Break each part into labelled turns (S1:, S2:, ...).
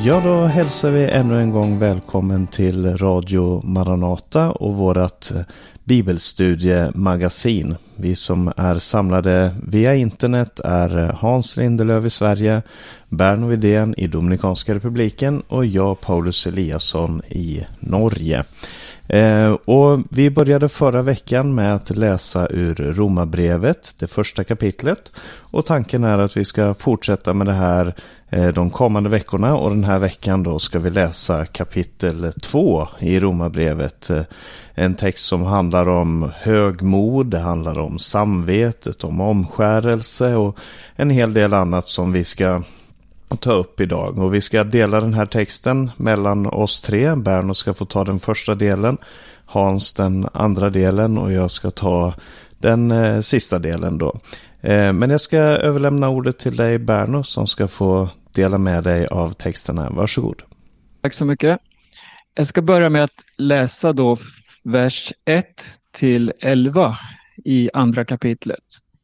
S1: Ja, då hälsar vi ännu en gång välkommen till Radio Maranata och vårat bibelstudiemagasin. Vi som är samlade via internet är Hans Lindelöf i Sverige, Berno Widén i Dominikanska republiken och jag, Paulus Eliasson i Norge. Och vi började förra veckan med att läsa ur Romarbrevet, det första kapitlet, och tanken är att vi ska fortsätta med det här de kommande veckorna, och den här veckan då ska vi läsa kapitel 2 i Romarbrevet, en text som handlar om högmod, det handlar om samvetet, om omskärelse och en hel del annat som vi ska ta upp idag. Och vi ska dela den här texten mellan oss tre. Berno ska få ta den första delen, Hans den andra delen och jag ska ta den sista delen då. Men jag ska överlämna ordet till dig, Berno, som ska få dela med dig av texterna. Varsågod.
S2: Tack så mycket. Jag ska börja med att läsa då vers 1 till 11 i andra kapitlet.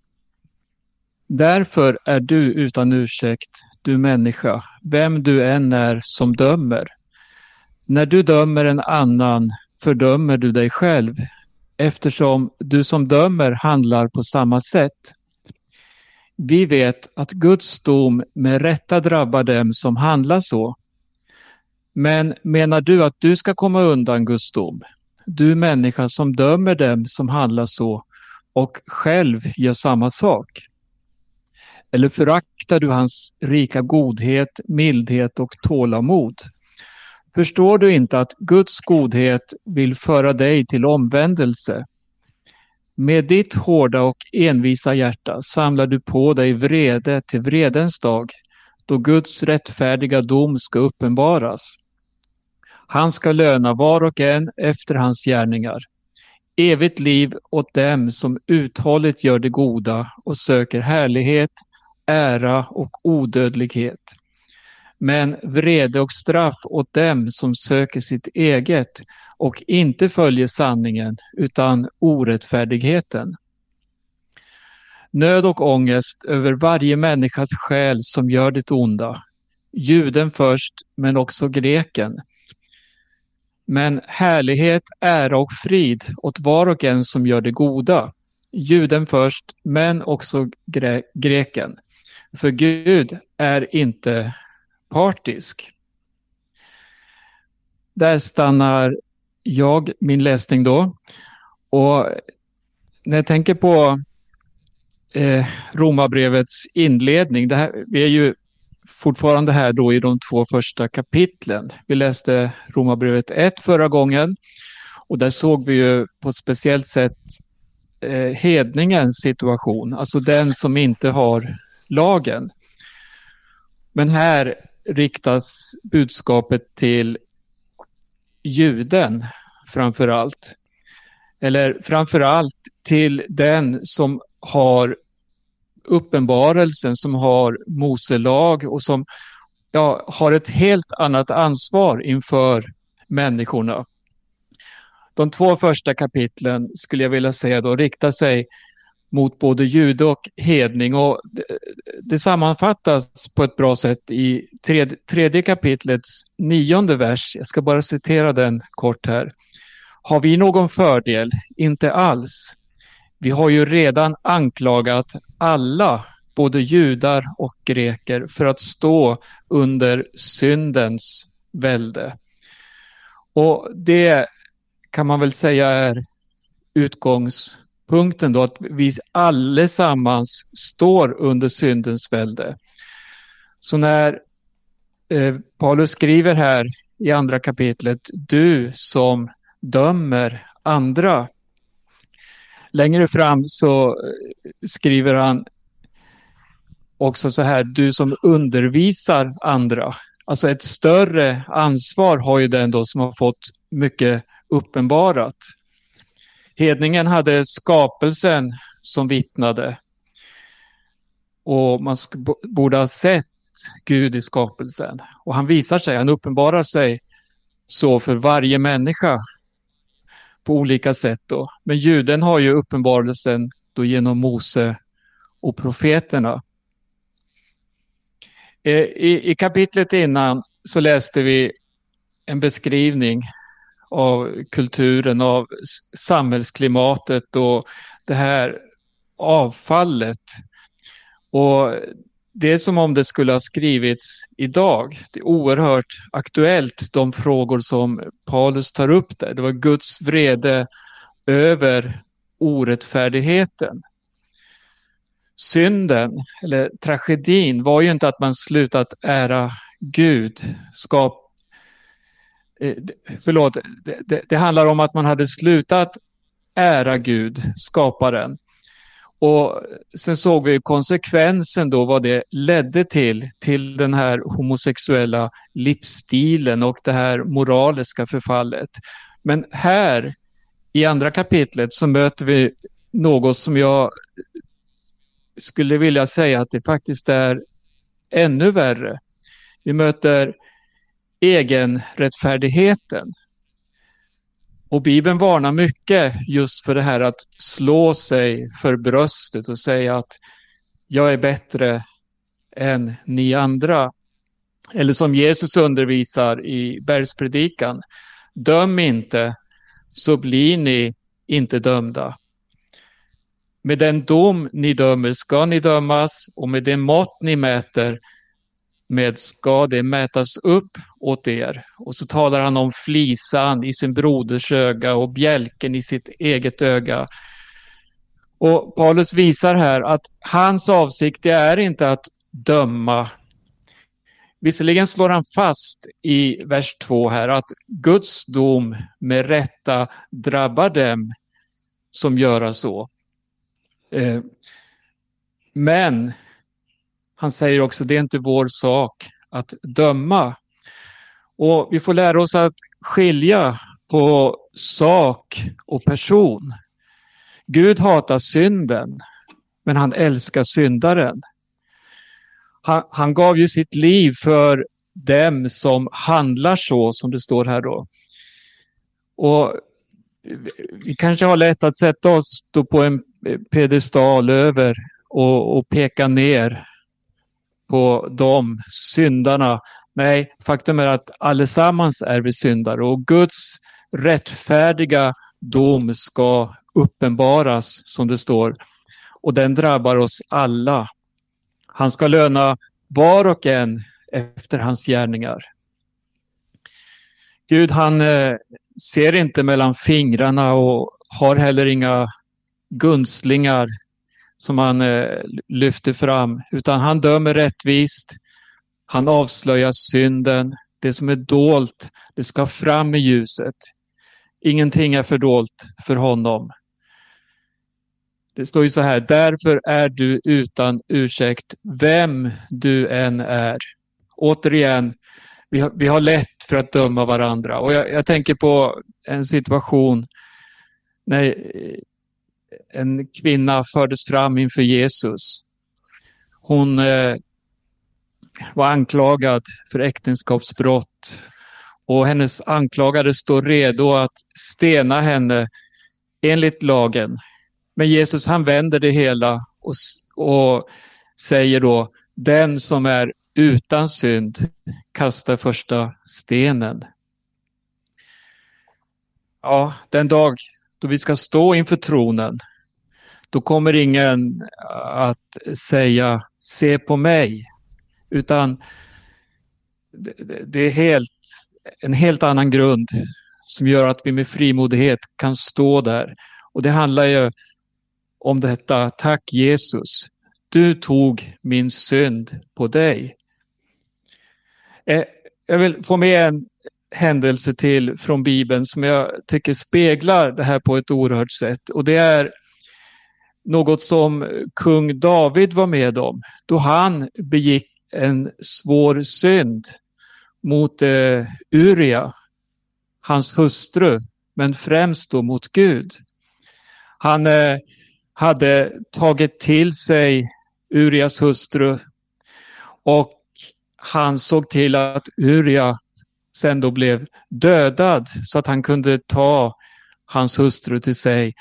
S2: Därför är du utan ursäkt, du människa, vem du än är som dömer. När du dömer en annan fördömer du dig själv, eftersom du som dömer handlar på samma sätt. Vi vet att Guds dom med rätta drabbar dem som handlar så. Men menar du att du ska komma undan Guds dom? Du människa som dömer dem som handlar så och själv gör samma sak. Eller föraktar du hans rika godhet, mildhet och tålamod? Förstår du inte att Guds godhet vill föra dig till omvändelse? Med ditt hårda och envisa hjärta samlar du på dig vrede till vredens dag, då Guds rättfärdiga dom ska uppenbaras. Han ska löna var och en efter hans gärningar. Evigt liv åt dem som uthålligt gör det goda och söker härlighet, ära och odödlighet. Men vrede och straff åt dem som söker sitt eget och inte följer sanningen utan orättfärdigheten. Nöd och ångest över varje människas själ som gör det onda. Juden först, men också greken. Men härlighet, ära och frid åt var och en som gör det goda. Juden först, men också greken. För Gud är inte partisk. Där stannar jag min läsning då. Och när jag tänker på Romarbrevets inledning, vi är ju fortfarande här då i de 2 första kapitlen. Vi läste Romarbrevet 1 förra gången och där såg vi ju på ett speciellt sätt hedningens situation, alltså den som inte har lagen. Men här riktas budskapet till juden framför allt. Eller framför allt till den som har uppenbarelsen, som har Mose lag och som har ett helt annat ansvar inför människorna. De 2 första kapitlen skulle jag vilja säga då riktar sig mot både jude och hedning, och det sammanfattas på ett bra sätt i tredje kapitlets 9:e vers. Jag ska bara citera den kort här. Har vi någon fördel? Inte alls. Vi har ju redan anklagat alla, både judar och greker, för att stå under syndens välde. Och det kan man väl säga är utgångspunkten då, att vi allesammans står under syndens välde. Så när Paulus skriver här i andra kapitlet, du som dömer andra. Längre fram så skriver han också så här, du som undervisar andra. Alltså ett större ansvar har ju den då som har fått mycket uppenbarat. Hedningen hade skapelsen som vittnade. Och man borde ha sett Gud i skapelsen. Och han visar sig, han uppenbarar sig så för varje människa på olika sätt då. Men juden har ju uppenbarelsen då genom Mose och profeterna. I kapitlet innan så läste vi en beskrivning av kulturen, av samhällsklimatet och det här avfallet. Och det är som om det skulle ha skrivits idag. Det är oerhört aktuellt, de frågor som Paulus tar upp där. Det var Guds vrede över orättfärdigheten. Synden, eller tragedin, var ju inte att man slutat ära Gud. Det handlar om att man hade slutat ära Gud, skaparen. Och sen såg vi konsekvensen då, vad det ledde till den här homosexuella livsstilen och det här moraliska förfallet. Men här i andra kapitlet så möter vi något som jag skulle vilja säga att det faktiskt är ännu värre. Vi möter egenrättfärdigheten. Och Bibeln varnar mycket just för det här att slå sig för bröstet och säga att jag är bättre än ni andra. Eller som Jesus undervisar i bergspredikan: döm inte, så blir ni inte dömda. Med den dom ni dömer ska ni dömas, och med det mått ni mäter med ska det mätas upp åt er. Och så talar han om flisan i sin broders öga och bjälken i sitt eget öga. Och Paulus visar här att hans avsikt är inte att döma. Visserligen slår han fast i vers 2 här att Guds dom med rätta drabbar dem som gör så. Men han säger också att det är inte vår sak att döma. Och vi får lära oss att skilja på sak och person. Gud hatar synden, men han älskar syndaren. Han gav ju sitt liv för dem som handlar så, som det står här då. Och vi kanske har lätt att sätta oss då på en pedestal över och peka ner på de syndarna. Nej, faktum är att allesammans är vi syndare, och Guds rättfärdiga dom ska uppenbaras, som det står. Och den drabbar oss alla. Han ska löna var och en efter hans gärningar. Gud, han ser inte mellan fingrarna och har heller inga gunstlingar som han lyfter fram, utan han dömer rättvist. Han avslöjar synden. Det som är dolt, det ska fram i ljuset. Ingenting är fördolt för honom. Det står ju så här: därför är du utan ursäkt, vem du än är. Återigen, vi har lätt för att döma varandra. Och jag tänker på en situation när en kvinna fördes fram inför Jesus. Hon var anklagad för äktenskapsbrott, och hennes anklagare står redo att stena henne enligt lagen. Men Jesus, han vänder det hela och säger då: den som är utan synd kastar första stenen. Ja, den dag då vi ska stå inför tronen, då kommer ingen att säga se på mig, utan det är en helt annan grund som gör att vi med frimodighet kan stå där. Och det handlar ju om detta: tack Jesus, du tog min synd på dig. Jag vill få med en händelse till från Bibeln som jag tycker speglar det här på ett oerhört sätt. Och det är något som kung David var med om då han begick en svår synd mot Uria, hans hustru, men främst då mot Gud. Han hade tagit till sig Urias hustru, och han såg till att Uria sen då blev dödad så att han kunde ta hans hustru till sig.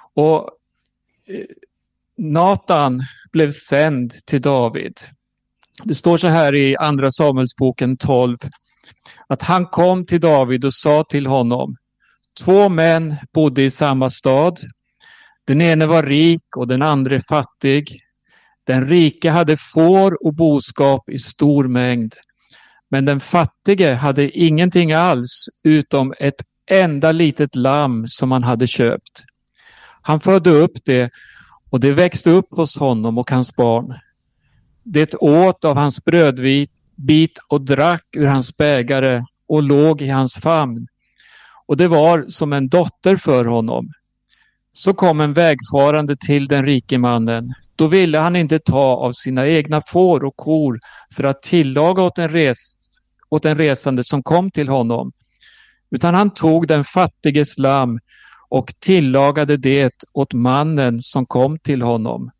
S2: Och Natan blev sänd till David. Det står så här i andra Samuelsboken 12 att han kom till David och sa till honom: 2 män bodde i samma stad. Den ene var rik och den andra fattig. Den rike hade får och boskap i stor mängd. Men den fattige hade ingenting alls utom ett enda litet lamm som han hade köpt. Han födde upp det och det växte upp hos honom och hans barn. Det åt av hans brödbit och drack ur hans bägare och låg i hans famn. Och det var som en dotter för honom. Så kom en vägfarande till den rike mannen. Då ville han inte ta av sina egna får och kor för att tillaga åt en resande som kom till honom. Utan han tog den fattiges lamm och tillagade det åt mannen som kom till honom.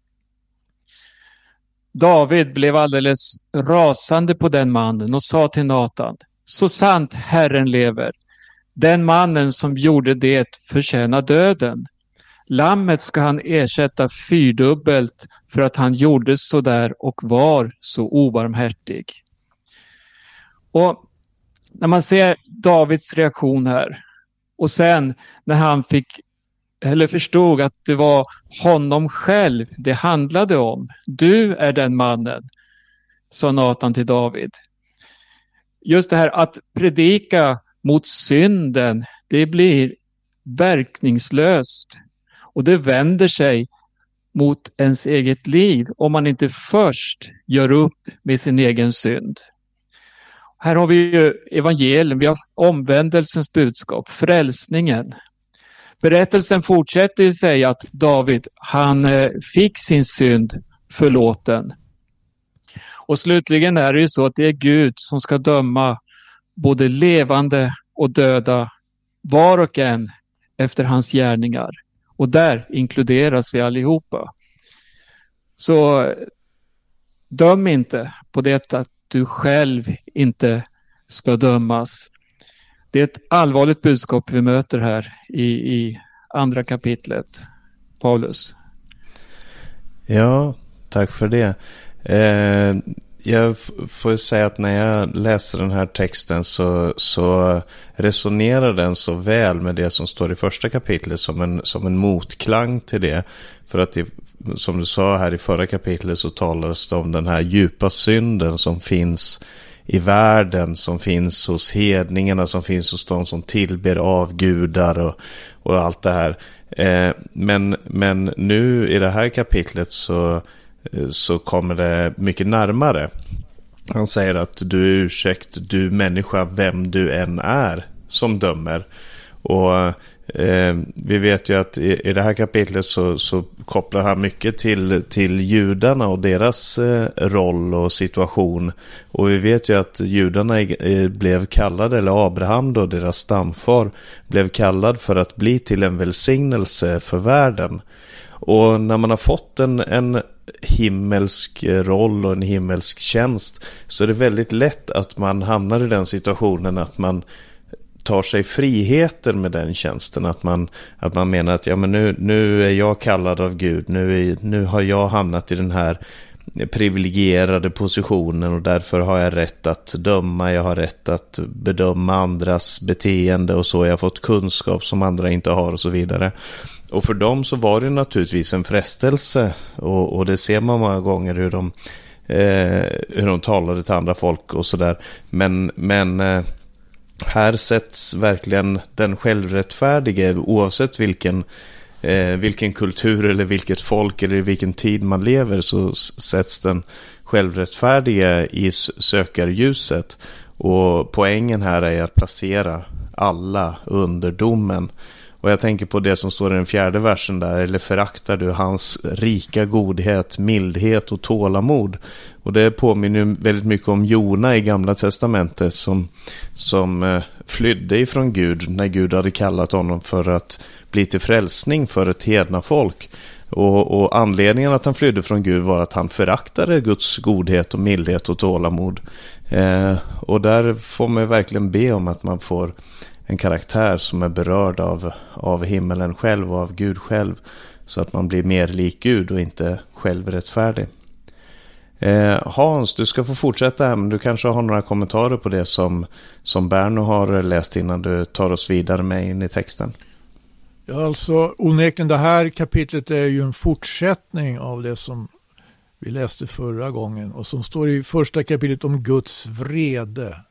S2: David blev alldeles rasande på den mannen och sa till Natan: så sant Herren lever, den mannen som gjorde det förtjänar döden. Lammet ska han ersätta 4-dubbelt för att han gjorde så där och var så obarmhärtig. Och när man ser Davids reaktion här och sen när han förstod att det var honom själv det handlade om. Du är den mannen, sa Natan till David. Just det här att predika mot synden, det blir verkningslöst. Och det vänder sig mot ens eget liv om man inte först gör upp med sin egen synd. Här har vi ju evangelium, vi har omvändelsens budskap, frälsningen. Berättelsen fortsätter säga att David, han fick sin synd förlåten. Och slutligen är det ju så att det är Gud som ska döma både levande och döda, var och en efter hans gärningar. Och där inkluderas vi allihopa. Så döm inte på det att du själv inte ska dömas. Det är ett allvarligt budskap vi möter här i andra kapitlet, Paulus.
S1: Ja, tack för det. Jag får säga att när jag läser den här texten så resonerar den så väl med det som står i första kapitlet som en motklang till det. För att som du sa här i förra kapitlet så talades det om den här djupa synden som finns i världen, som finns hos hedningarna, som finns hos de som tillber avgudar och allt det här. Men nu i det här kapitlet så kommer det mycket närmare. Han säger att du är ursäkt, du människa, vem du än är som dömer. Och vi vet ju att i det här kapitlet så kopplar han mycket till judarna och deras roll och situation. Och vi vet ju att judarna blev kallade, eller Abraham då, deras stamfar, blev kallad för att bli till en välsignelse för världen. Och när man har fått en himmelsk roll och en himmelsk tjänst så är det väldigt lätt att man hamnar i den situationen att man tar sig friheter med den tjänsten, att man menar att ja, men nu är jag kallad av Gud, nu har jag hamnat i den här privilegierade positionen och därför har jag rätt att döma, jag har rätt att bedöma andras beteende och så, jag har fått kunskap som andra inte har och så vidare. Och för dem så var det naturligtvis en frestelse och det ser man många gånger hur de talade till andra folk och sådär. Men här sätts verkligen den självrättfärdige, oavsett vilken kultur eller vilket folk eller i vilken tid man lever, så sätts den självrättfärdige i sökarljuset. Och poängen här är att placera alla under domen. Och jag tänker på det som står i den 4:e versen där: eller föraktar du hans rika godhet, mildhet och tålamod? Och det påminner ju väldigt mycket om Jona i Gamla testamentet som flydde ifrån Gud när Gud hade kallat honom för att bli till frälsning för ett hedna folk. Och anledningen att han flydde från Gud var att han föraktade Guds godhet och mildhet och tålamod. Och där får man verkligen be om att man får en karaktär som är berörd av himmelen själv och av Gud själv, så att man blir mer lik Gud och inte självrättfärdig. Hans, du ska få fortsätta här, men du kanske har några kommentarer på det som Berno har läst innan du tar oss vidare med in i texten.
S3: Ja, alltså onekligen det här kapitlet är ju en fortsättning av det som vi läste förra gången och som står i första kapitlet om Guds vrede.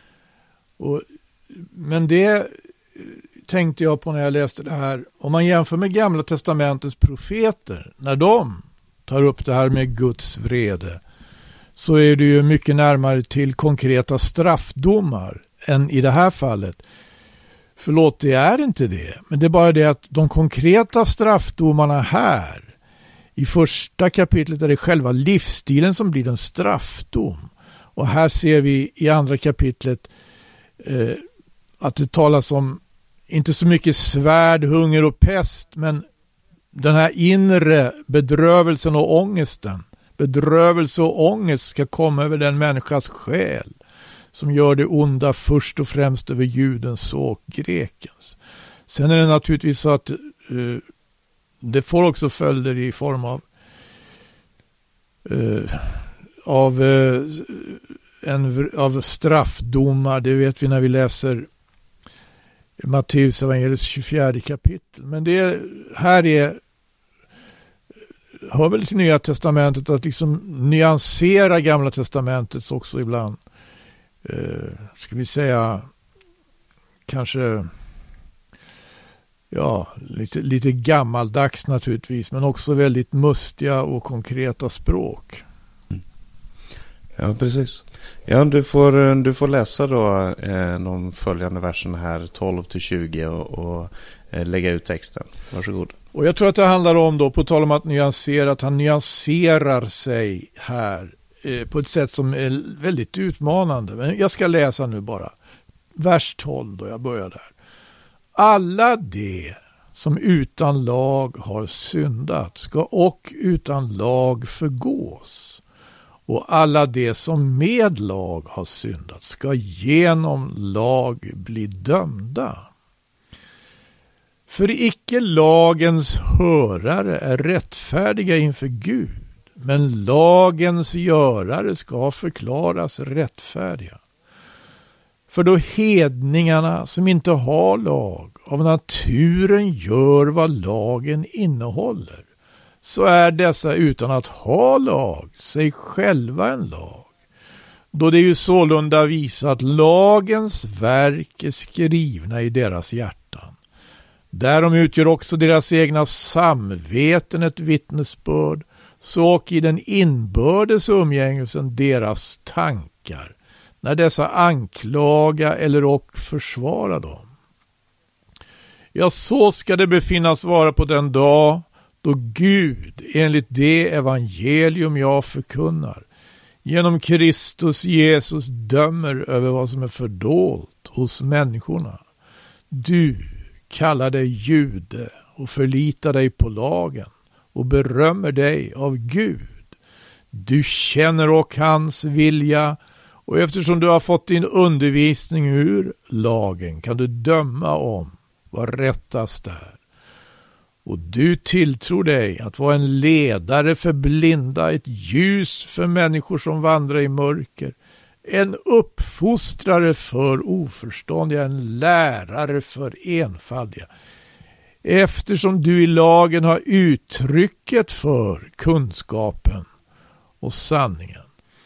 S3: Men det tänkte jag på när jag läste det här. Om man jämför med Gamla testamentets profeter, när de tar upp det här med Guds vrede, så är det ju mycket närmare till konkreta straffdomar än i det här fallet. Förlåt, det är inte det. Men det är bara det att de konkreta straffdomarna här, i första kapitlet är det själva livsstilen som blir en straffdom. Och här ser vi i andra kapitlet att det talas om inte så mycket svärd, hunger och pest, men den här inre bedrövelsen och ångesten. Bedrövelse och ångest ska komma över den människas själ som gör det onda först och främst över judens och grekens. Sen är det naturligtvis så att det får också följder i form av straffdomar. Det vet vi när vi läser Matteus evangeliets 24 kapitel. Men det här hör väl till Nya testamentet att liksom nyansera Gamla testamentets också ibland. Ska vi säga kanske lite gammaldags naturligtvis, men också väldigt mustiga och konkreta språk.
S1: Ja, precis. Ja, du får läsa då de följande verserna här 12-20 och lägga ut texten. Varsågod.
S3: Och jag tror att det handlar om då, på tal om att nyansera, att han nyanserar sig här på ett sätt som är väldigt utmanande. Men jag ska läsa nu bara. Vers 12 då, jag börjar där. Alla de som utan lag har syndat ska och utan lag förgås. Och alla de som med lag har syndat ska genom lag bli dömda. För icke lagens hörare är rättfärdiga inför Gud, men lagens görare ska förklaras rättfärdiga. För då hedningarna som inte har lag av naturen gör vad lagen innehåller, så är dessa utan att ha lag sig själva en lag. Då det är ju sålunda visat att lagens verk är skrivna i deras hjärtan. Därom utgör också deras egna samveten ett vittnesbörd, så och i den inbördes umgängelsen deras tankar, när dessa anklaga eller och försvara dem. Ja, så ska det befinnas vara på den dag då Gud, enligt det evangelium jag förkunnar, genom Kristus Jesus dömer över vad som är fördolt hos människorna. Du kallar dig jude och förlitar dig på lagen och berömmer dig av Gud. Du känner och hans vilja, och eftersom du har fått din undervisning ur lagen kan du döma om vad rättast är. Och du tilltror dig att vara en ledare för blinda, ett ljus för människor som vandrar i mörker, en uppfostrare för oförståndiga, en lärare för enfaldiga. Eftersom du i lagen har uttrycket för kunskapen och sanningen.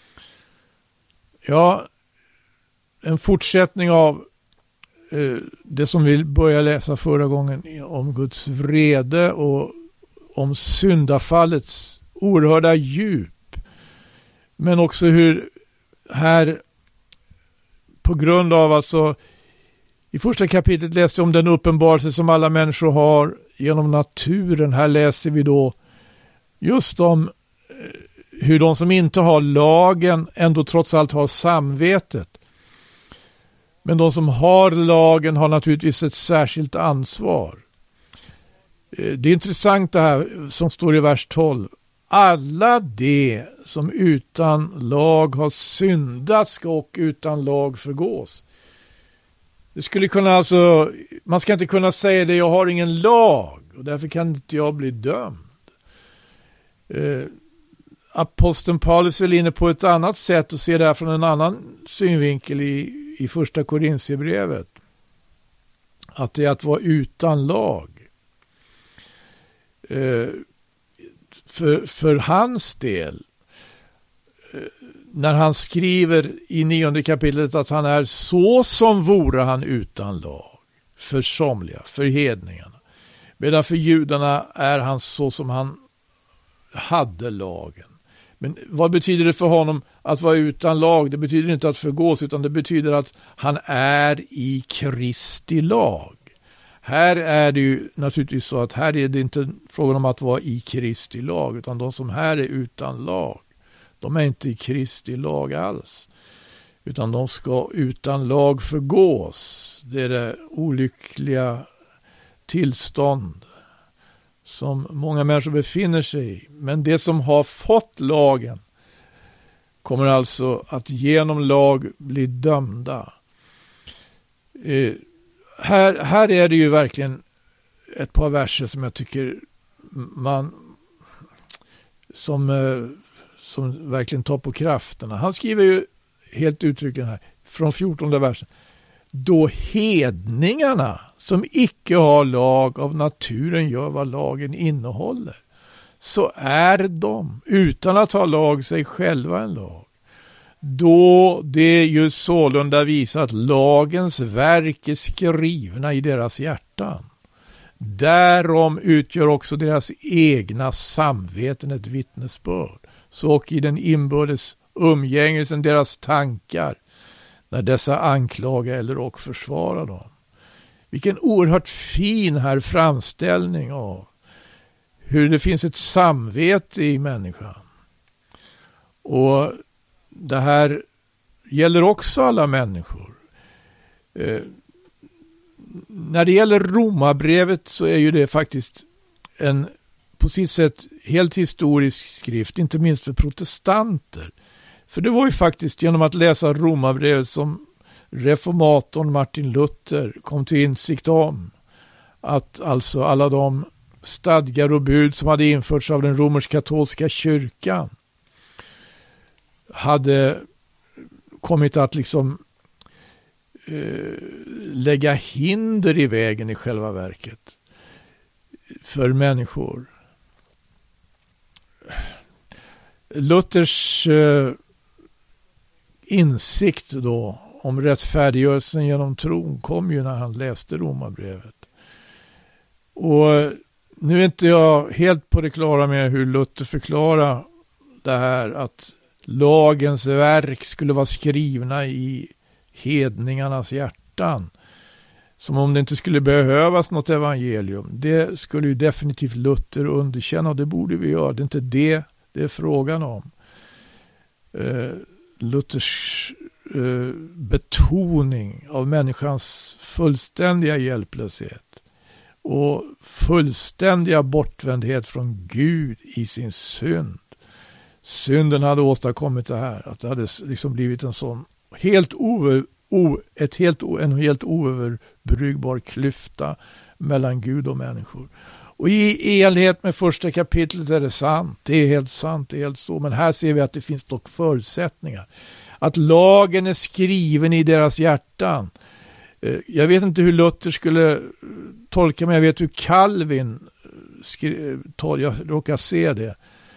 S3: Ja, en fortsättning av det som vi började läsa förra gången om Guds vrede och om syndafallets oerhörda djup. Men också hur här på grund av alltså i första kapitlet läste vi om den uppenbarelse som alla människor har genom naturen. Här läser vi då just om hur de som inte har lagen ändå trots allt har samvetet. Men de som har lagen har naturligtvis ett särskilt ansvar. Det är intressant det här som står i vers 12. Alla de som utan lag har syndat ska och utan lag förgås. Det skulle kunna alltså, man ska inte kunna säga det, jag har ingen lag och därför kan inte jag bli dömd. aposteln Paulus är inne på ett annat sätt och ser det här från en annan synvinkel i första Korintierbrevet. Att det är att vara utan lag. För hans del, när han skriver i 9:e kapitlet att han är så som vore han utan lag. För somliga, för hedningarna. Medan för judarna är han så som han hade lagen. Men vad betyder det för honom att vara utan lag? Det betyder inte att förgås, utan det betyder att han är i Kristi lag. Här är det ju naturligtvis så att här är det inte frågan om att vara i Kristi lag, utan de som här är utan lag, de är inte i Kristi lag alls. Utan de ska utan lag förgås. Det är det olyckliga tillstånd som många människor befinner sig i. Men det som har fått lagen kommer alltså att genom lag bli dömda. Här är det ju verkligen ett par verser som jag tycker som verkligen tar på krafterna. Han skriver ju helt uttryckligen här från 14:e versen. Då hedningarna som icke har lag av naturen gör vad lagen innehåller, så är de utan att ha lag sig själva en lag. Då det ju sålunda visar att lagens verk är skrivna i deras hjärtan. Därom utgör också deras egna samveten ett vittnesbörd. Så och i den inbördes umgängelsen deras tankar, när dessa anklagar eller och försvarar dem. Vilken oerhört fin här framställning av hur det finns ett samvete i människan. Och det här gäller också alla människor. När det gäller Romarbrevet så är ju det faktiskt en på sitt sätt helt historisk skrift, inte minst för protestanter. För det var ju faktiskt genom att läsa Romarbrevet som reformatorn Martin Luther kom till insikt om att alltså alla de stadgar och bud som hade införts av den romersk-katolska kyrkan hade kommit att liksom lägga hinder i vägen i själva verket för människor. Luthers insikt då om rättfärdiggörelsen genom tron kom ju när han läste Romarbrevet. Och nu är inte jag helt på det klara med hur Luther förklarar det här att lagens verk skulle vara skrivna i hedningarnas hjärtan. Som om det inte skulle behövas något evangelium. Det skulle ju definitivt Luther underkänna, och det borde vi göra. Det är inte det är frågan om. Luthers betoning av människans fullständiga hjälplöshet och fullständiga bortvändhet från Gud i sin synd. Synden hade åstadkommit det här, att det hade liksom blivit en sån en helt oöverbrygbar klyfta mellan Gud och människor. Och i enlighet med första kapitlet är det sant. Det är helt sant, det är helt så. Men här ser vi att det finns dock förutsättningar. Att lagen är skriven i deras hjärtan. Jag vet inte hur Luther skulle tolka, men jag vet hur Calvin jag råkar se det.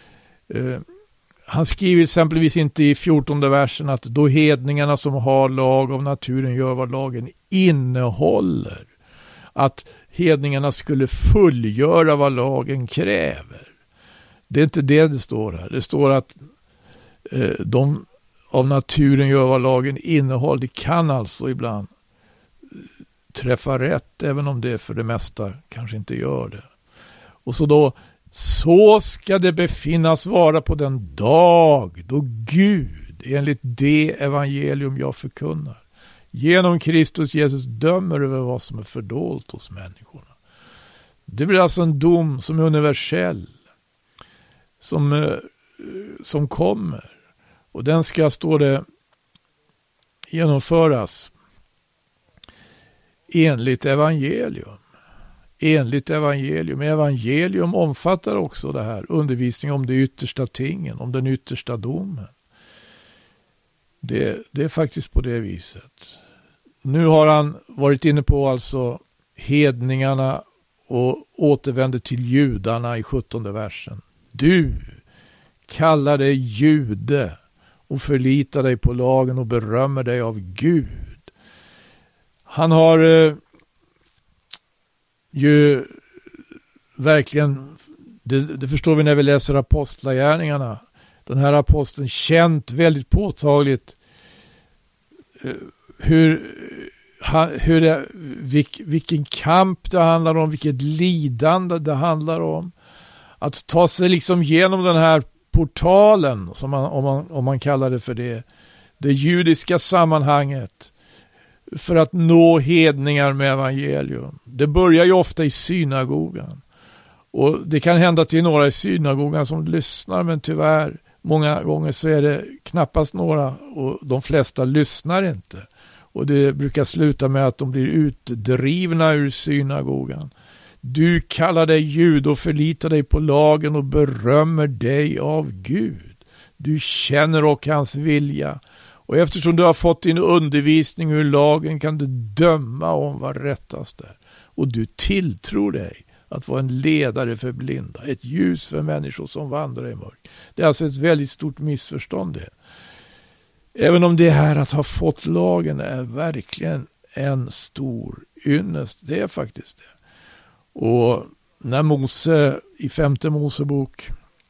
S3: Han skriver exempelvis inte i 14:e versen att då hedningarna som har lag av naturen gör vad lagen innehåller. Att hedningarna skulle fullgöra vad lagen kräver. Det är inte det står här. Det står att de av naturen gör vad lagen innehåller. Det kan alltså ibland träffa rätt, även om det för det mesta kanske inte gör det. Och så ska det befinnas vara på den dag då Gud, enligt det evangelium jag förkunnar, genom Kristus Jesus dömer över vad som är fördolt hos människorna. Det blir alltså en dom som är universell, som kommer. Och den ska, står det, genomföras enligt evangelium. enligt evangelium. Evangelium omfattar också det här, undervisning om de yttersta tingen, om den yttersta domen. Det är faktiskt på det viset. Nu har han varit inne på alltså hedningarna och återvänder till judarna i 17:e versen. Du kallar dig jude och förlitar dig på lagen och berömmer dig av Gud. Han har ju verkligen, det förstår vi när vi läser apostlagärningarna, den här aposteln känt väldigt påtagligt vilken kamp det handlar om, vilket lidande det handlar om. Att ta sig liksom genom den här portalen, som om man kallar det för det judiska sammanhanget, för att nå hedningar med evangelium. Det börjar ju ofta i synagogan. Och det kan hända till några i synagogan som lyssnar, men tyvärr många gånger så är det knappast några, och de flesta lyssnar inte. Och det brukar sluta med att de blir utdrivna ur synagogan. Du kallar dig Jud och förlitar dig på lagen och berömmer dig av Gud. Du känner och hans vilja. Och eftersom du har fått din undervisning ur lagen kan du döma om vad rättast är. Och du tilltror dig att vara en ledare för blinda, ett ljus för människor som vandrar i mörk. Det är alltså ett väldigt stort missförstånd det. Även om det här att ha fått lagen är verkligen en stor ynnest, det är faktiskt det. Och när Mose i 5:e Mosebok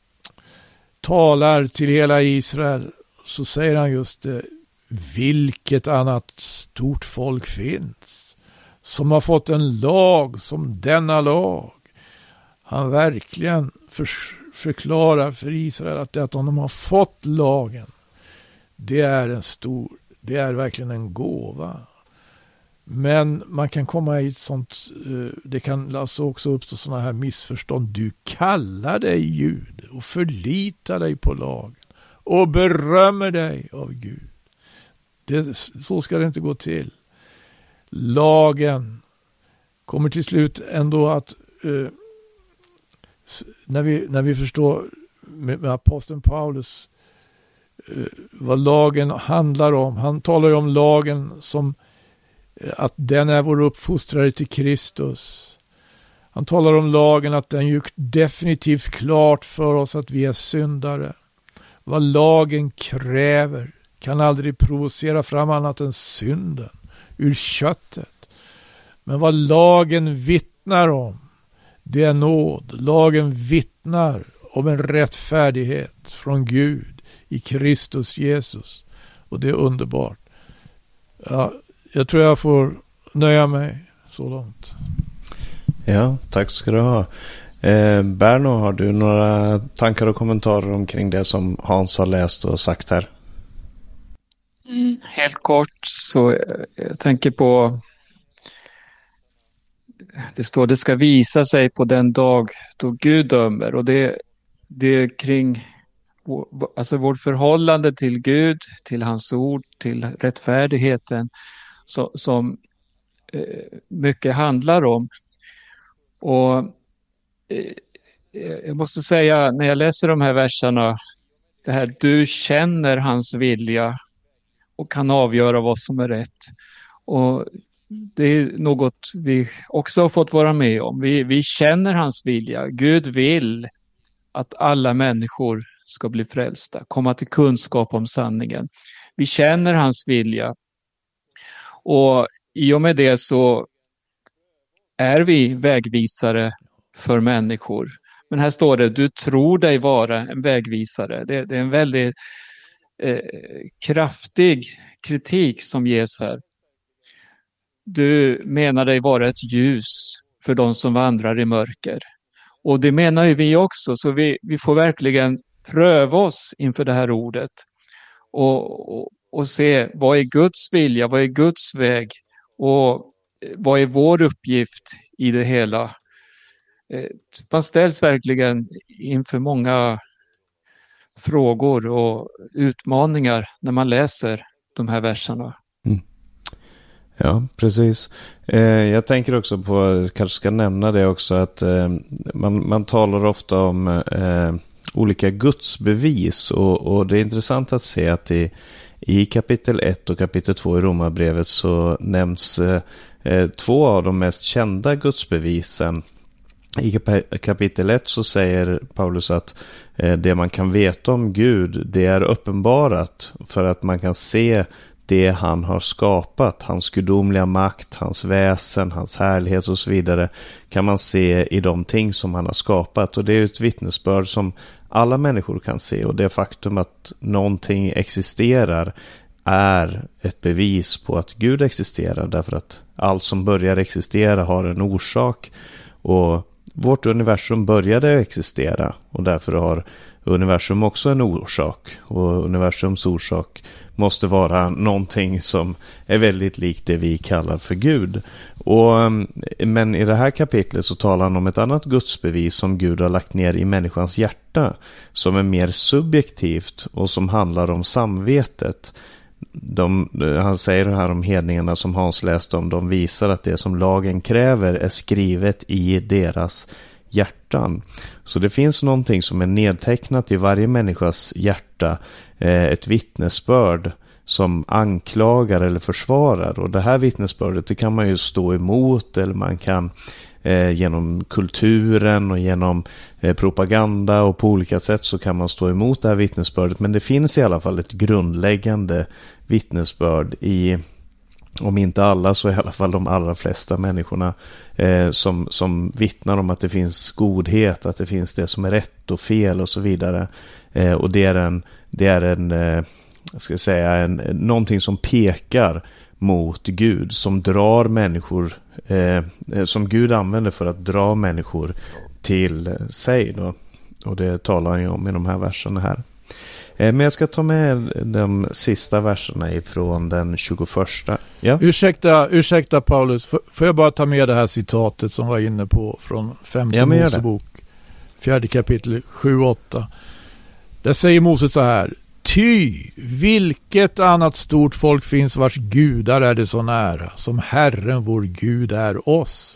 S3: talar till hela Israel, så säger han just det: vilket annat stort folk finns som har fått en lag som denna lag. Han verkligen förklarar för Israel att det att de har fått lagen, det är verkligen en gåva. Men man kan komma i ett sånt, det kan alltså också uppstå sådana här missförstånd. Du kallar dig Jud och förlitar dig på lagen och berömmer dig av Gud. Så ska det inte gå till. Lagen kommer till slut ändå att, när vi förstår med aposteln Paulus vad lagen handlar om. Han talar ju om lagen som att den är vår uppfostrare till Kristus. Han talar om lagen att den ju definitivt klart för oss att vi är syndare. Vad lagen kräver kan aldrig provocera fram annat än synden ur köttet. Men vad lagen vittnar om, det är nåd. Lagen vittnar om en rättfärdighet från Gud i Kristus Jesus. Och det är underbart. Ja, jag tror jag får nöja mig så långt.
S1: Ja, tack ska du ha. Berno, har du några tankar och kommentarer omkring det som Hans har läst och sagt här?
S2: Helt kort så jag tänker på, det står det ska visa sig på den dag då Gud dömer, och det är kring alltså vårt förhållande till Gud, till hans ord, till rättfärdigheten som mycket handlar om. Och jag måste säga, när jag läser de här verserna, det här du känner hans vilja och kan avgöra vad som är rätt. Och det är något vi också har fått vara med om. Vi känner hans vilja. Gud vill att alla människor ska bli frälsta, komma till kunskap om sanningen. Vi känner hans vilja. Och i och med det så är vi vägvisare för människor. Men här står det, du tror dig vara en vägvisare. Det är en väldigt kraftig kritik som ges här. Du menar dig vara ett ljus för de som vandrar i mörker. Och det menar ju vi också, så vi får verkligen pröva oss inför det här ordet. Och se, vad är Guds vilja, vad är Guds väg och vad är vår uppgift i det hela. Man ställs verkligen inför många frågor och utmaningar när man läser de här verserna.
S1: Ja, precis. Jag tänker också på, kanske ska nämna det också, att man talar ofta om olika gudsbevis, och det är intressant att se att i kapitel 1 och kapitel 2 i Romarbrevet så nämns 2 av de mest kända gudsbevisen. I kapitel 1 så säger Paulus att det man kan veta om Gud, det är uppenbarat för att man kan se det han har skapat, hans gudomliga makt, hans väsen, hans härlighet och så vidare, kan man se i de ting som han har skapat. Och det är ett vittnesbörd som alla människor kan se, och det faktum att någonting existerar är ett bevis på att Gud existerar, därför att allt som börjar existera har en orsak, och vårt universum började existera, och därför har universum också en orsak, och universums orsak måste vara någonting som är väldigt likt det vi kallar för Gud. Men i det här kapitlet så talar han om ett annat gudsbevis som Gud har lagt ner i människans hjärta, som är mer subjektivt och som handlar om samvetet. Han säger det här om hedningarna som Hans läste om, de visar att det som lagen kräver är skrivet i deras hjärtan. Så det finns någonting som är nedtecknat i varje människas hjärta, ett vittnesbörd som anklagar eller försvarar, och det här vittnesbördet, det kan man ju stå emot, eller man kan genom kulturen och genom propaganda och på olika sätt så kan man stå emot det här vittnesbördet, men det finns i alla fall ett grundläggande vittnesbörd i, om inte alla så i alla fall de allra flesta människorna som vittnar om att det finns godhet, att det finns det som är rätt och fel och så vidare, och det är någonting som pekar mot Gud, som drar människor, som Gud använder för att dra människor till sig då. Och det talar han ju om i de här verserna här. Men jag ska ta med de sista verserna ifrån den 21. Ja?
S3: Ursäkta Paulus, får jag bara ta med det här citatet som var inne på från 5:e Mosebok, 4 kapitel 7-8. Där säger Moses så här: ty vilket annat stort folk finns vars gudar är det så nära som Herren vår Gud är oss,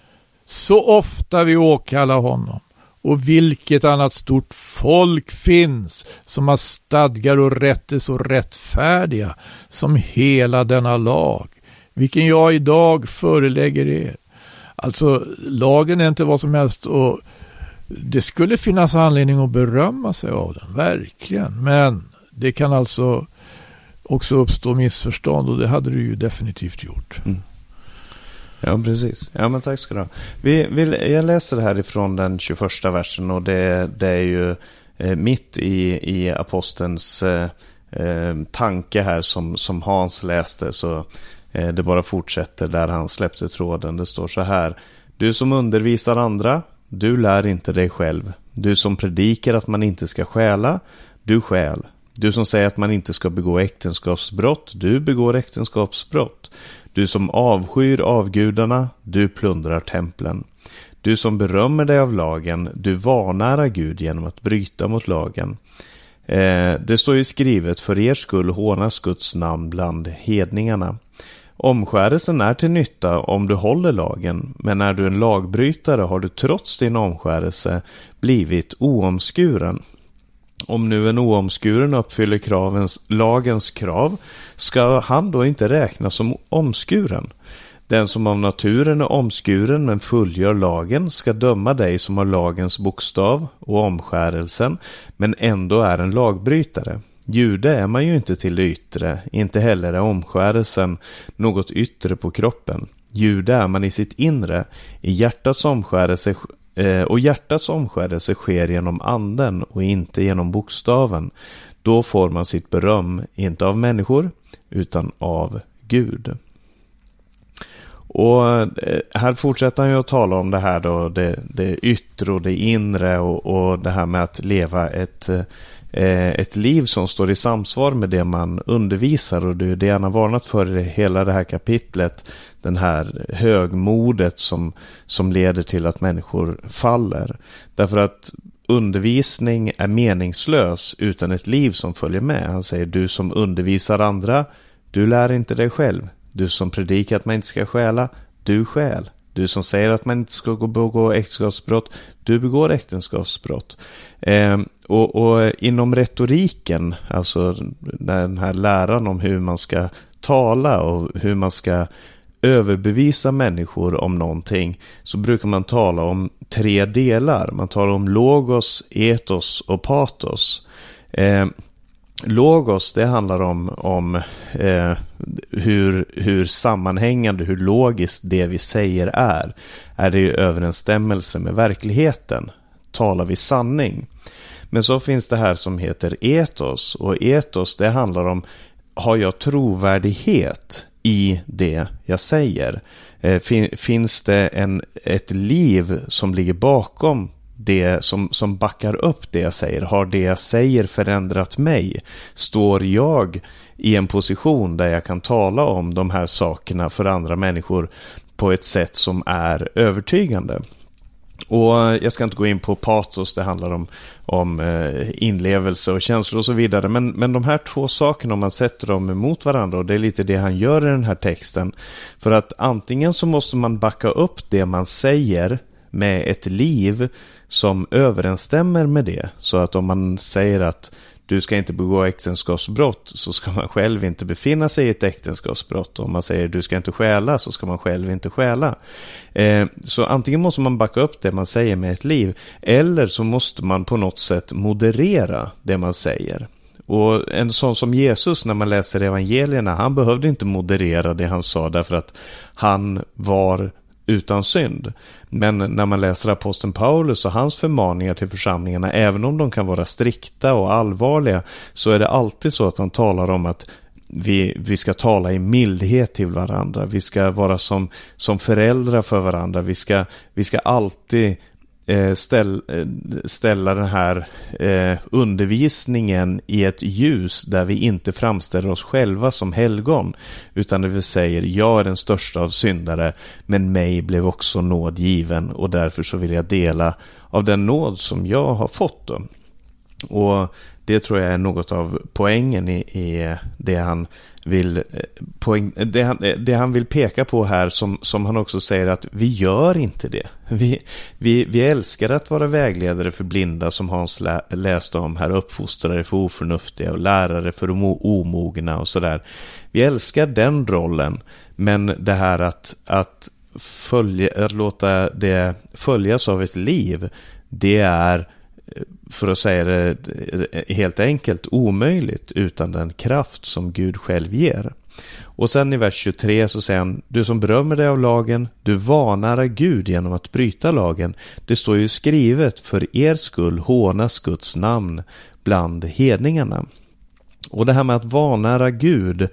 S3: så ofta vi åkallar honom. Och vilket annat stort folk finns som har stadgar och rätter så rättfärdiga som hela denna lag, vilken jag idag förelägger er. Alltså, lagen är inte vad som helst, och det skulle finnas anledning att berömma sig av den, verkligen. Men det kan alltså också uppstå missförstånd, och det hade du ju definitivt gjort.
S1: Mm. Ja, precis. Ja, men tack ska du ha. Jag läser det här ifrån den 21 versen, och det är ju mitt i apostelns tanke här som Hans läste, så det bara fortsätter där han släppte tråden. Det står så här: du som undervisar andra, du lär inte dig själv. Du som predikar att man inte ska stjäla, du stjäl. Du som säger att man inte ska begå äktenskapsbrott, du begår äktenskapsbrott. Du som avskyr avgudarna, du plundrar templen. Du som berömmer dig av lagen, du vanärar Gud genom att bryta mot lagen. Det står ju skrivet: för er skull hånas Guds namn bland hedningarna. Omskärelsen är till nytta om du håller lagen, men när du är en lagbrytare har du trots din omskärelse blivit oomskuren. Om nu en oomskuren uppfyller lagens krav, ska han då inte räknas som omskuren? Den som av naturen är omskuren men fullgör lagen ska döma dig som har lagens bokstav och omskärelsen, men ändå är en lagbrytare. Jude är man ju inte till det yttre, inte heller är omskärelsen något yttre på kroppen. Jude är man i sitt inre, i hjärtats omskärelse, och hjärtats omskärelse sker genom anden och inte genom bokstaven. Då får man sitt beröm, inte av människor utan av Gud. Och här fortsätter han ju att tala om det här då, det yttre och det inre, och det här med att leva ett liv som står i samsvar med det man undervisar, och det han har varnat för i hela det här kapitlet, den här högmodet som leder till att människor faller. Därför att undervisning är meningslös utan ett liv som följer med. Han säger: du som undervisar andra, du lär inte dig själv. Du som predikar att man inte ska stjäla, du stjäl. Du som säger att man inte ska begå äktenskapsbrott, du begår äktenskapsbrott. Och inom retoriken, alltså den här läran om hur man ska tala och hur man ska överbevisa människor om någonting, så brukar man tala om 3 delar. Man talar om logos, etos och patos. Logos, det handlar om hur sammanhängande, hur logiskt det vi säger är. Är det i överensstämmelse med verkligheten? Talar vi sanning? Men så finns det här som heter etos. Och etos, det handlar om, har jag trovärdighet i det jag säger? Finns det ett liv som ligger bakom det som backar upp det jag säger? Har det jag säger förändrat mig? Står jag i en position där jag kan tala om de här sakerna för andra människor på ett sätt som är övertygande? Och jag ska inte gå in på patos, det handlar om inlevelse och känslor och så vidare. Men de här 2 sakerna, om man sätter dem emot varandra, och det är lite det han gör i den här texten. För att antingen så måste man backa upp det man säger med ett liv som överensstämmer med det. Så att om man säger att du ska inte begå äktenskapsbrott, så ska man själv inte befinna sig i ett äktenskapsbrott. Om man säger du ska inte stjäla, så ska man själv inte stjäla. Så antingen måste man backa upp det man säger med ett liv, eller så måste man på något sätt moderera det man säger. Och en sån som Jesus, när man läser evangelierna, han behövde inte moderera det han sa därför att han var utan synd. Men när man läser aposteln Paulus och hans förmaningar till församlingarna, även om de kan vara strikta och allvarliga, så är det alltid så att han talar om att vi ska tala i mildhet till varandra. Vi ska vara som föräldrar för varandra. Vi ska alltid ställa den här undervisningen i ett ljus där vi inte framställer oss själva som helgon, utan där vi säger jag är den största av syndare, men mig blev också nåd given, och därför så vill jag dela av den nåd som jag har fått då. Och det tror jag är något av poängen i det han vill det han vill peka på här, som han också säger att vi gör inte det. Vi älskar att vara vägledare för blinda, som Hans läste om här, uppfostrare för oförnuftiga och lärare för omogna och sådär. Vi älskar den rollen, men det här att låta det följas av ett liv, det är, för att säga det helt enkelt, omöjligt utan den kraft som Gud själv ger. Och sen i vers 23 så säger han: du som berömmer dig av lagen, du vanärar Gud genom att bryta lagen. Det står ju skrivet, för er skull hånas Guds namn bland hedningarna. Och det här med att vanära Gud,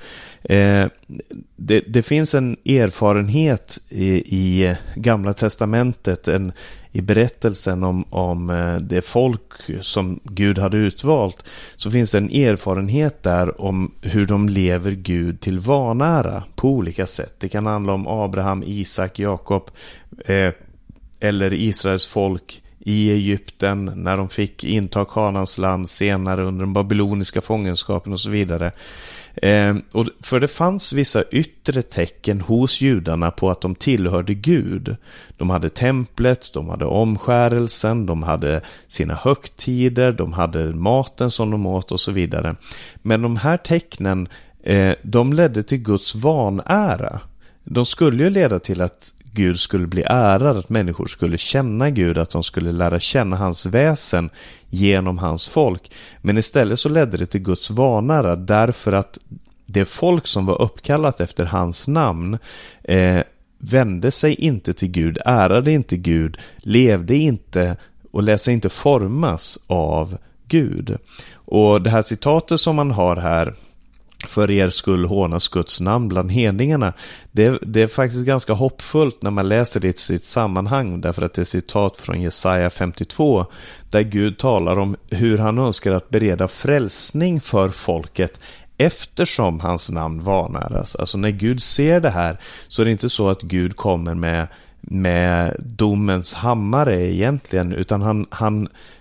S1: det finns en erfarenhet i Gamla testamentet, i berättelsen om det folk som Gud hade utvalt, så finns det en erfarenhet där om hur de lever Gud till vanära på olika sätt. Det kan handla om Abraham, Isak, Jakob eller Israels folk i Egypten när de fick inta Kanaans land, senare under den babyloniska fångenskapen och så vidare. Och för det fanns vissa yttre tecken hos judarna på att de tillhörde Gud. De hade templet, de hade omskärelsen, de hade sina högtider, de hade maten som de åt och så vidare. Men de här tecknen, de ledde till Guds vanära. De skulle ju leda till att Gud skulle bli ärad, att människor skulle känna Gud, att de skulle lära känna hans väsen genom hans folk. Men istället så ledde det till Guds vanära, därför att det folk som var uppkallat efter hans namn vände sig inte till Gud, ärade inte Gud, levde inte och lät sig inte formas av Gud. Och det här citatet som man har här, för er skull hånas Guds namn bland hedningarna, det är faktiskt ganska hoppfullt när man läser det i sitt sammanhang, därför att det är citat från Jesaja 52 där Gud talar om hur han önskar att bereda frälsning för folket eftersom hans namn vanäras. Alltså när Gud ser det här, så är det inte så att Gud kommer med domens hammare egentligen, utan han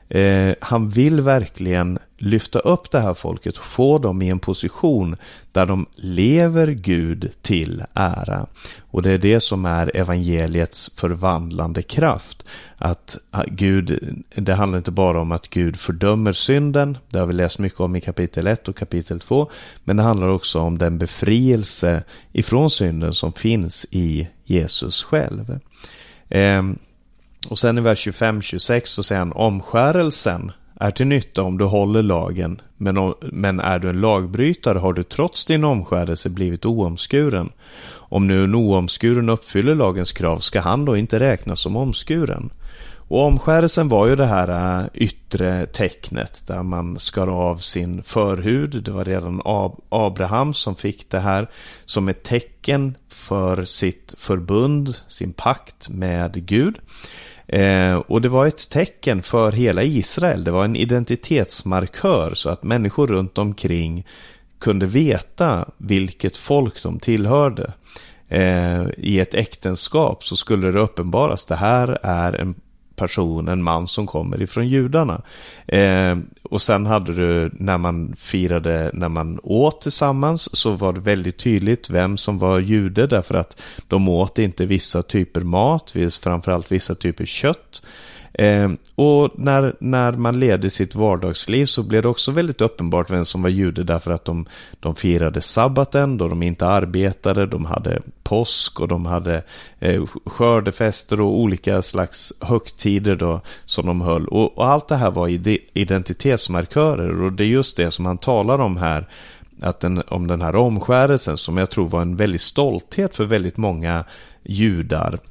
S1: Han vill verkligen lyfta upp det här folket och få dem i en position där de lever Gud till ära. Och det är det som är evangeliets förvandlande kraft. Att Gud, det handlar inte bara om att Gud fördömer synden, det har vi läst mycket om i kapitel 1 och kapitel 2, men det handlar också om den befrielse ifrån synden som finns i Jesus själv. Och sen i vers 25-26 så säger han: omskärelsen är till nytta om du håller lagen, men är du en lagbrytare har du trots din omskärelse blivit oomskuren. Om nu en oomskuren uppfyller lagens krav, ska han då inte räknas som omskuren? Och omskärelsen var ju det här yttre tecknet där man skar av sin förhud. Det var redan Abraham som fick det här som ett tecken för sitt förbund, sin pakt med Gud. Och det var ett tecken för hela Israel. Det var en identitetsmarkör så att människor runt omkring kunde veta vilket folk de tillhörde. I ett äktenskap så skulle det uppenbaras: det här är en man som kommer ifrån judarna. Och sen hade du, när man åt tillsammans, så var det väldigt tydligt vem som var jude, därför att de åt inte vissa typer mat, framförallt vissa typer kött. Och när man levde sitt vardagsliv så blev det också väldigt uppenbart vem som var jude, därför att de firade sabbaten då de inte arbetade, de hade påsk och de hade skördefester och olika slags högtider då som de höll, och allt det här var identitetsmarkörer. Och det är just det som han talar om här, om den här omskärelsen, som jag tror var en väldigt stolthet för väldigt många judar.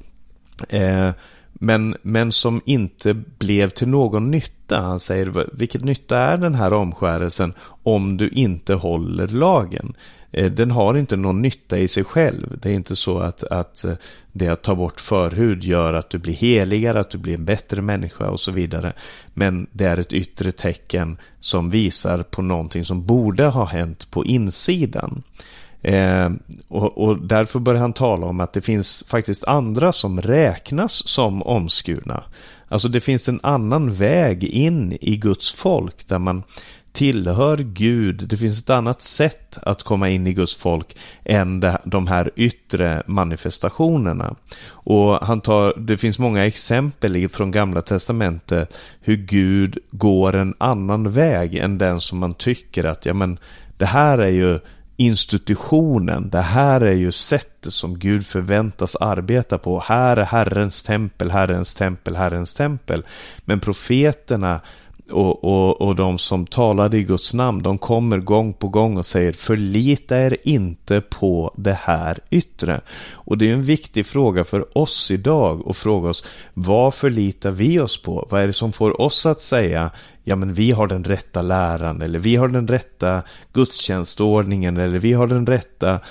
S1: Men som inte blev till någon nytta. Han säger: vilket nytta är den här omskärelsen om du inte håller lagen? Den har inte någon nytta i sig själv. Det är inte så att det att ta bort förhud gör att du blir heligare, att du blir en bättre människa och så vidare. Men det är ett yttre tecken som visar på någonting som borde ha hänt på insidan. Och därför börjar han tala om att det finns faktiskt andra som räknas som omskurna. Alltså det finns en annan väg in i Guds folk där man tillhör Gud. Det finns ett annat sätt att komma in i Guds folk än de här yttre manifestationerna. Och det finns många exempel från Gamla testamentet hur Gud går en annan väg än den som man tycker att det här är ju institutionen, det här är ju sättet som Gud förväntas arbeta på. Här är Herrens tempel, Herrens tempel, Herrens tempel. Men profeterna och de som talade i Guds namn, de kommer gång på gång och säger: förlita er inte på det här yttre. Och det är en viktig fråga för oss idag att fråga oss: vad förlitar vi oss på? Vad är det som får oss att säga: ja, men vi har den rätta läran, eller vi har den rätta gudstjänstordningen, eller vi har den rätta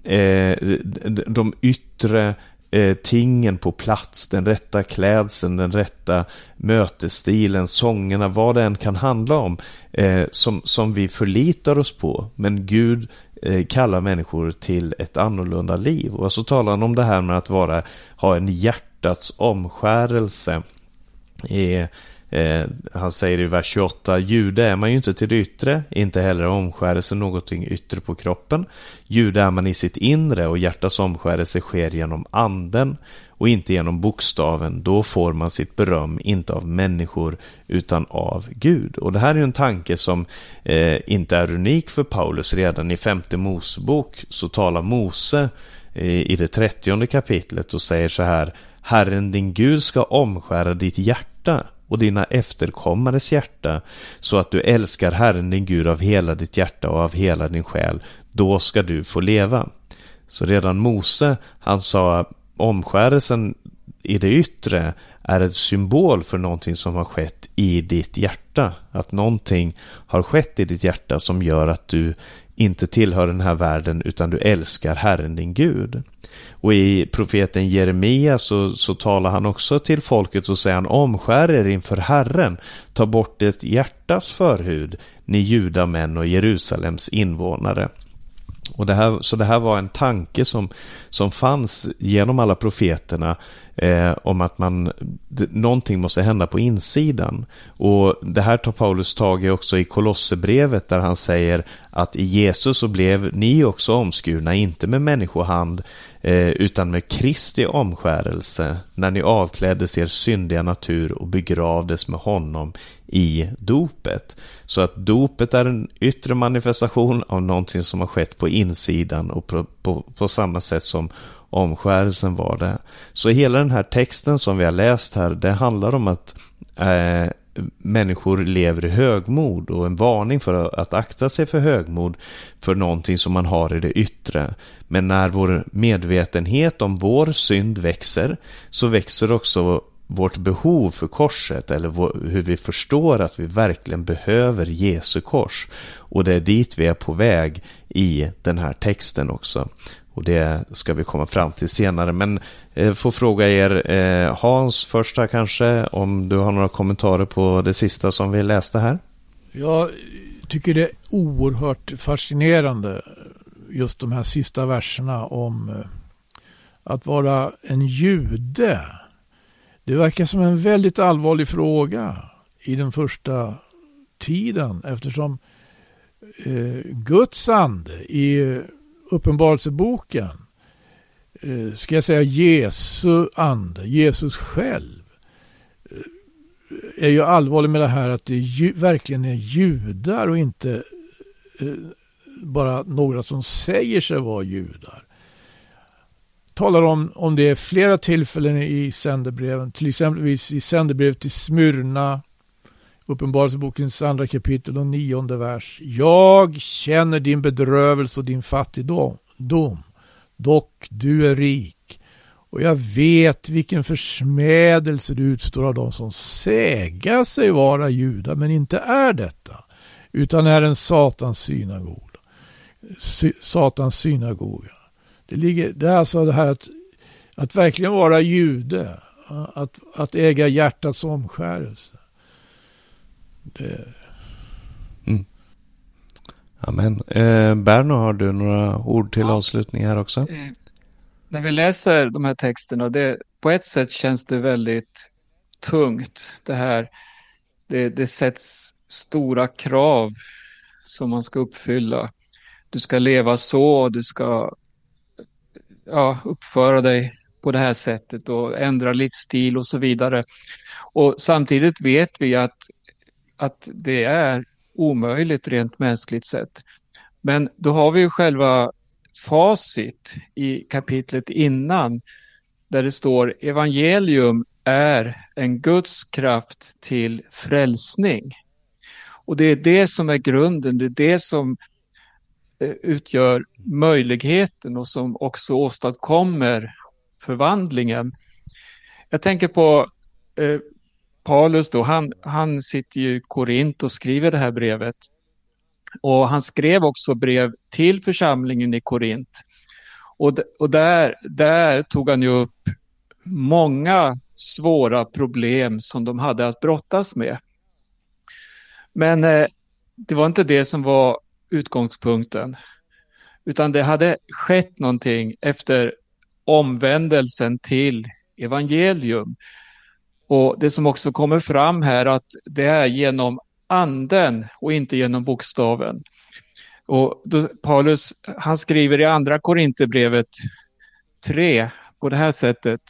S1: de yttre tingen på plats, den rätta klädseln, den rätta mötesstilen, sångerna, vad det än kan handla om, som vi förlitar oss på. Men Gud kallar människor till ett annorlunda liv. Och så talar han om det här med att ha en hjärtats omskärelse. Han säger i vers 28: jude är man ju inte till det yttre, inte heller omskärelse någonting yttre på kroppen. Jude är man i sitt inre, och hjärtats omskärelse sker genom anden och inte genom bokstaven. Då får man sitt beröm inte av människor utan av Gud. Och det här är ju en tanke som inte är unik för Paulus. Redan i 5:e Mosebok så talar Mose i det 30:e kapitlet och säger så här: Herren din Gud ska omskära ditt hjärta och dina efterkommares hjärta, så att du älskar Herren din Gud av hela ditt hjärta och av hela din själ. Då ska du få leva. Så redan Mose, han sa: omskärelsen i det yttre är ett symbol för någonting som har skett i ditt hjärta. Att någonting har skett i ditt hjärta som gör att du inte tillhör den här världen, utan du älskar Herren din Gud. Och i profeten Jeremia så talar han också till folket och säger: han omskär er inför Herren, ta bort det hjärtas förhud, ni judamän och Jerusalems invånare. Och det här var en tanke som fanns genom alla profeterna om att någonting måste hända på insidan. Och det här tar Paulus tag i också i Kolosserbrevet, där han säger att i Jesus så blev ni också omskurna, inte med människohand utan med Kristi omskärelse, när ni avkläddes er syndiga natur och begravdes med honom i dopet. Så att dopet är en yttre manifestation av någonting som har skett på insidan, och på samma sätt som omskärelsen var det. Så hela den här texten som vi har läst här, det handlar om att människor lever i högmod, och en varning för att akta sig för högmod för någonting som man har i det yttre. Men när vår medvetenhet om vår synd växer, så växer också vårt behov för korset, eller hur vi förstår att vi verkligen behöver Jesu kors. Och det är dit vi är på väg i den här texten också. Och det ska vi komma fram till senare. Men får fråga er, Hans första kanske, om du har några kommentarer på det sista som vi läste här.
S3: Jag tycker det är oerhört fascinerande, just de här sista verserna om att vara en jude. Det verkar som en väldigt allvarlig fråga i den första tiden, eftersom Guds ande i Uppenbarelseboken, ska jag säga Jesu ande, Jesus själv, är ju allvarlig med det här att det verkligen är judar och inte bara några som säger sig vara judar. Talar om det är flera tillfällen i sändebreven, till exempelvis i sändebrevet till Smyrna, Uppenbarelsebokens 2 kapitel och 9:e vers. Jag känner din bedrövelse och din fattigdom, dock du är rik. Och jag vet vilken försmädelse du utstår av dem som säga sig vara judar, men inte är detta, utan är en Satans synagoga. Det är alltså det här att verkligen vara jude, att äga hjärtats omskärelse.
S1: Amen. Berno, har du några ord till avslutning här också?
S2: När vi läser de här texterna, på ett sätt känns det väldigt tungt. Det sätts stora krav som man ska uppfylla. Du ska leva så, du ska uppföra dig på det här sättet och ändra livsstil och så vidare. Och samtidigt vet vi att det är omöjligt rent mänskligt sett. Men då har vi ju själva facit i kapitlet innan, där det står: evangelium är en Guds kraft till frälsning. Och det är det som är grunden, det är det som utgör möjligheten och som också åstadkommer förvandlingen. Jag tänker på Paulus då, han sitter ju i Korint och skriver det här brevet. Och han skrev också brev till församlingen i Korint. Och där tog han ju upp många svåra problem som de hade att brottas med. Men det var inte det som var utgångspunkten. Utan det hade skett någonting efter omvändelsen till evangelium. Och det som också kommer fram här, att det är genom anden och inte genom bokstaven. Och då, Paulus, han skriver i andra Korinthierbrevet 3 på det här sättet: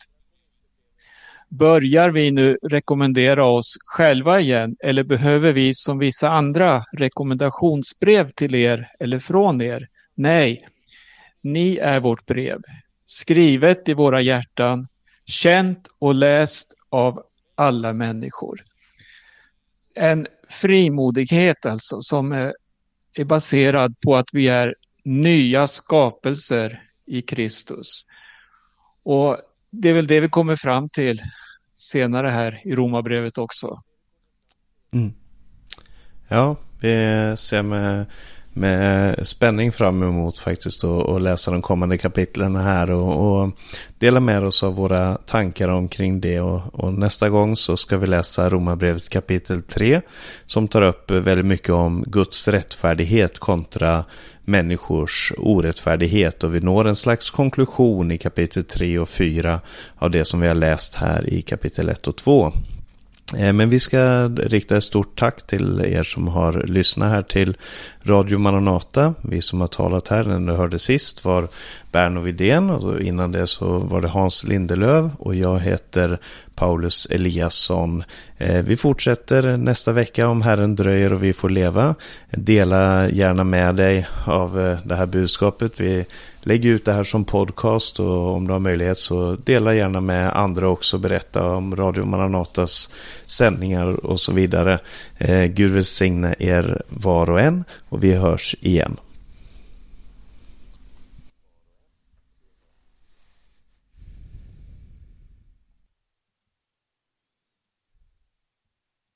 S2: börjar vi nu rekommendera oss själva igen, eller behöver vi som vissa andra rekommendationsbrev till er eller från er? Nej, ni är vårt brev, skrivet i våra hjärtan, känt och läst av alla människor. En frimodighet alltså som är baserad på att vi är nya skapelser i Kristus. Och det är väl det vi kommer fram till senare här i Romarbrevet också.
S1: Ja, vi ser med med spänning fram emot faktiskt att läsa de kommande kapitlen här och dela med oss av våra tankar omkring det. Och nästa gång så ska vi läsa Romarbrevet kapitel 3 som tar upp väldigt mycket om Guds rättfärdighet kontra människors orättfärdighet, och vi når en slags konklusion i kapitel 3 och 4 av det som vi har läst här i kapitel 1 och 2. Men vi ska rikta ett stort tack till er som har lyssnat här till Radio Maranata. Vi som har talat här när du hörde sist var Berno Widén, och innan det så var det Hans Lindelöv, och jag heter Paulus Eliasson. Vi fortsätter nästa vecka om Herren dröjer och vi får leva. Dela gärna med dig av det här budskapet. Vi lägger ut det här som podcast, och om du har möjlighet så dela gärna med andra också. Berätta om Radio Maranatas sändningar och så vidare. Gud välsigne er var och en, och vi hörs igen.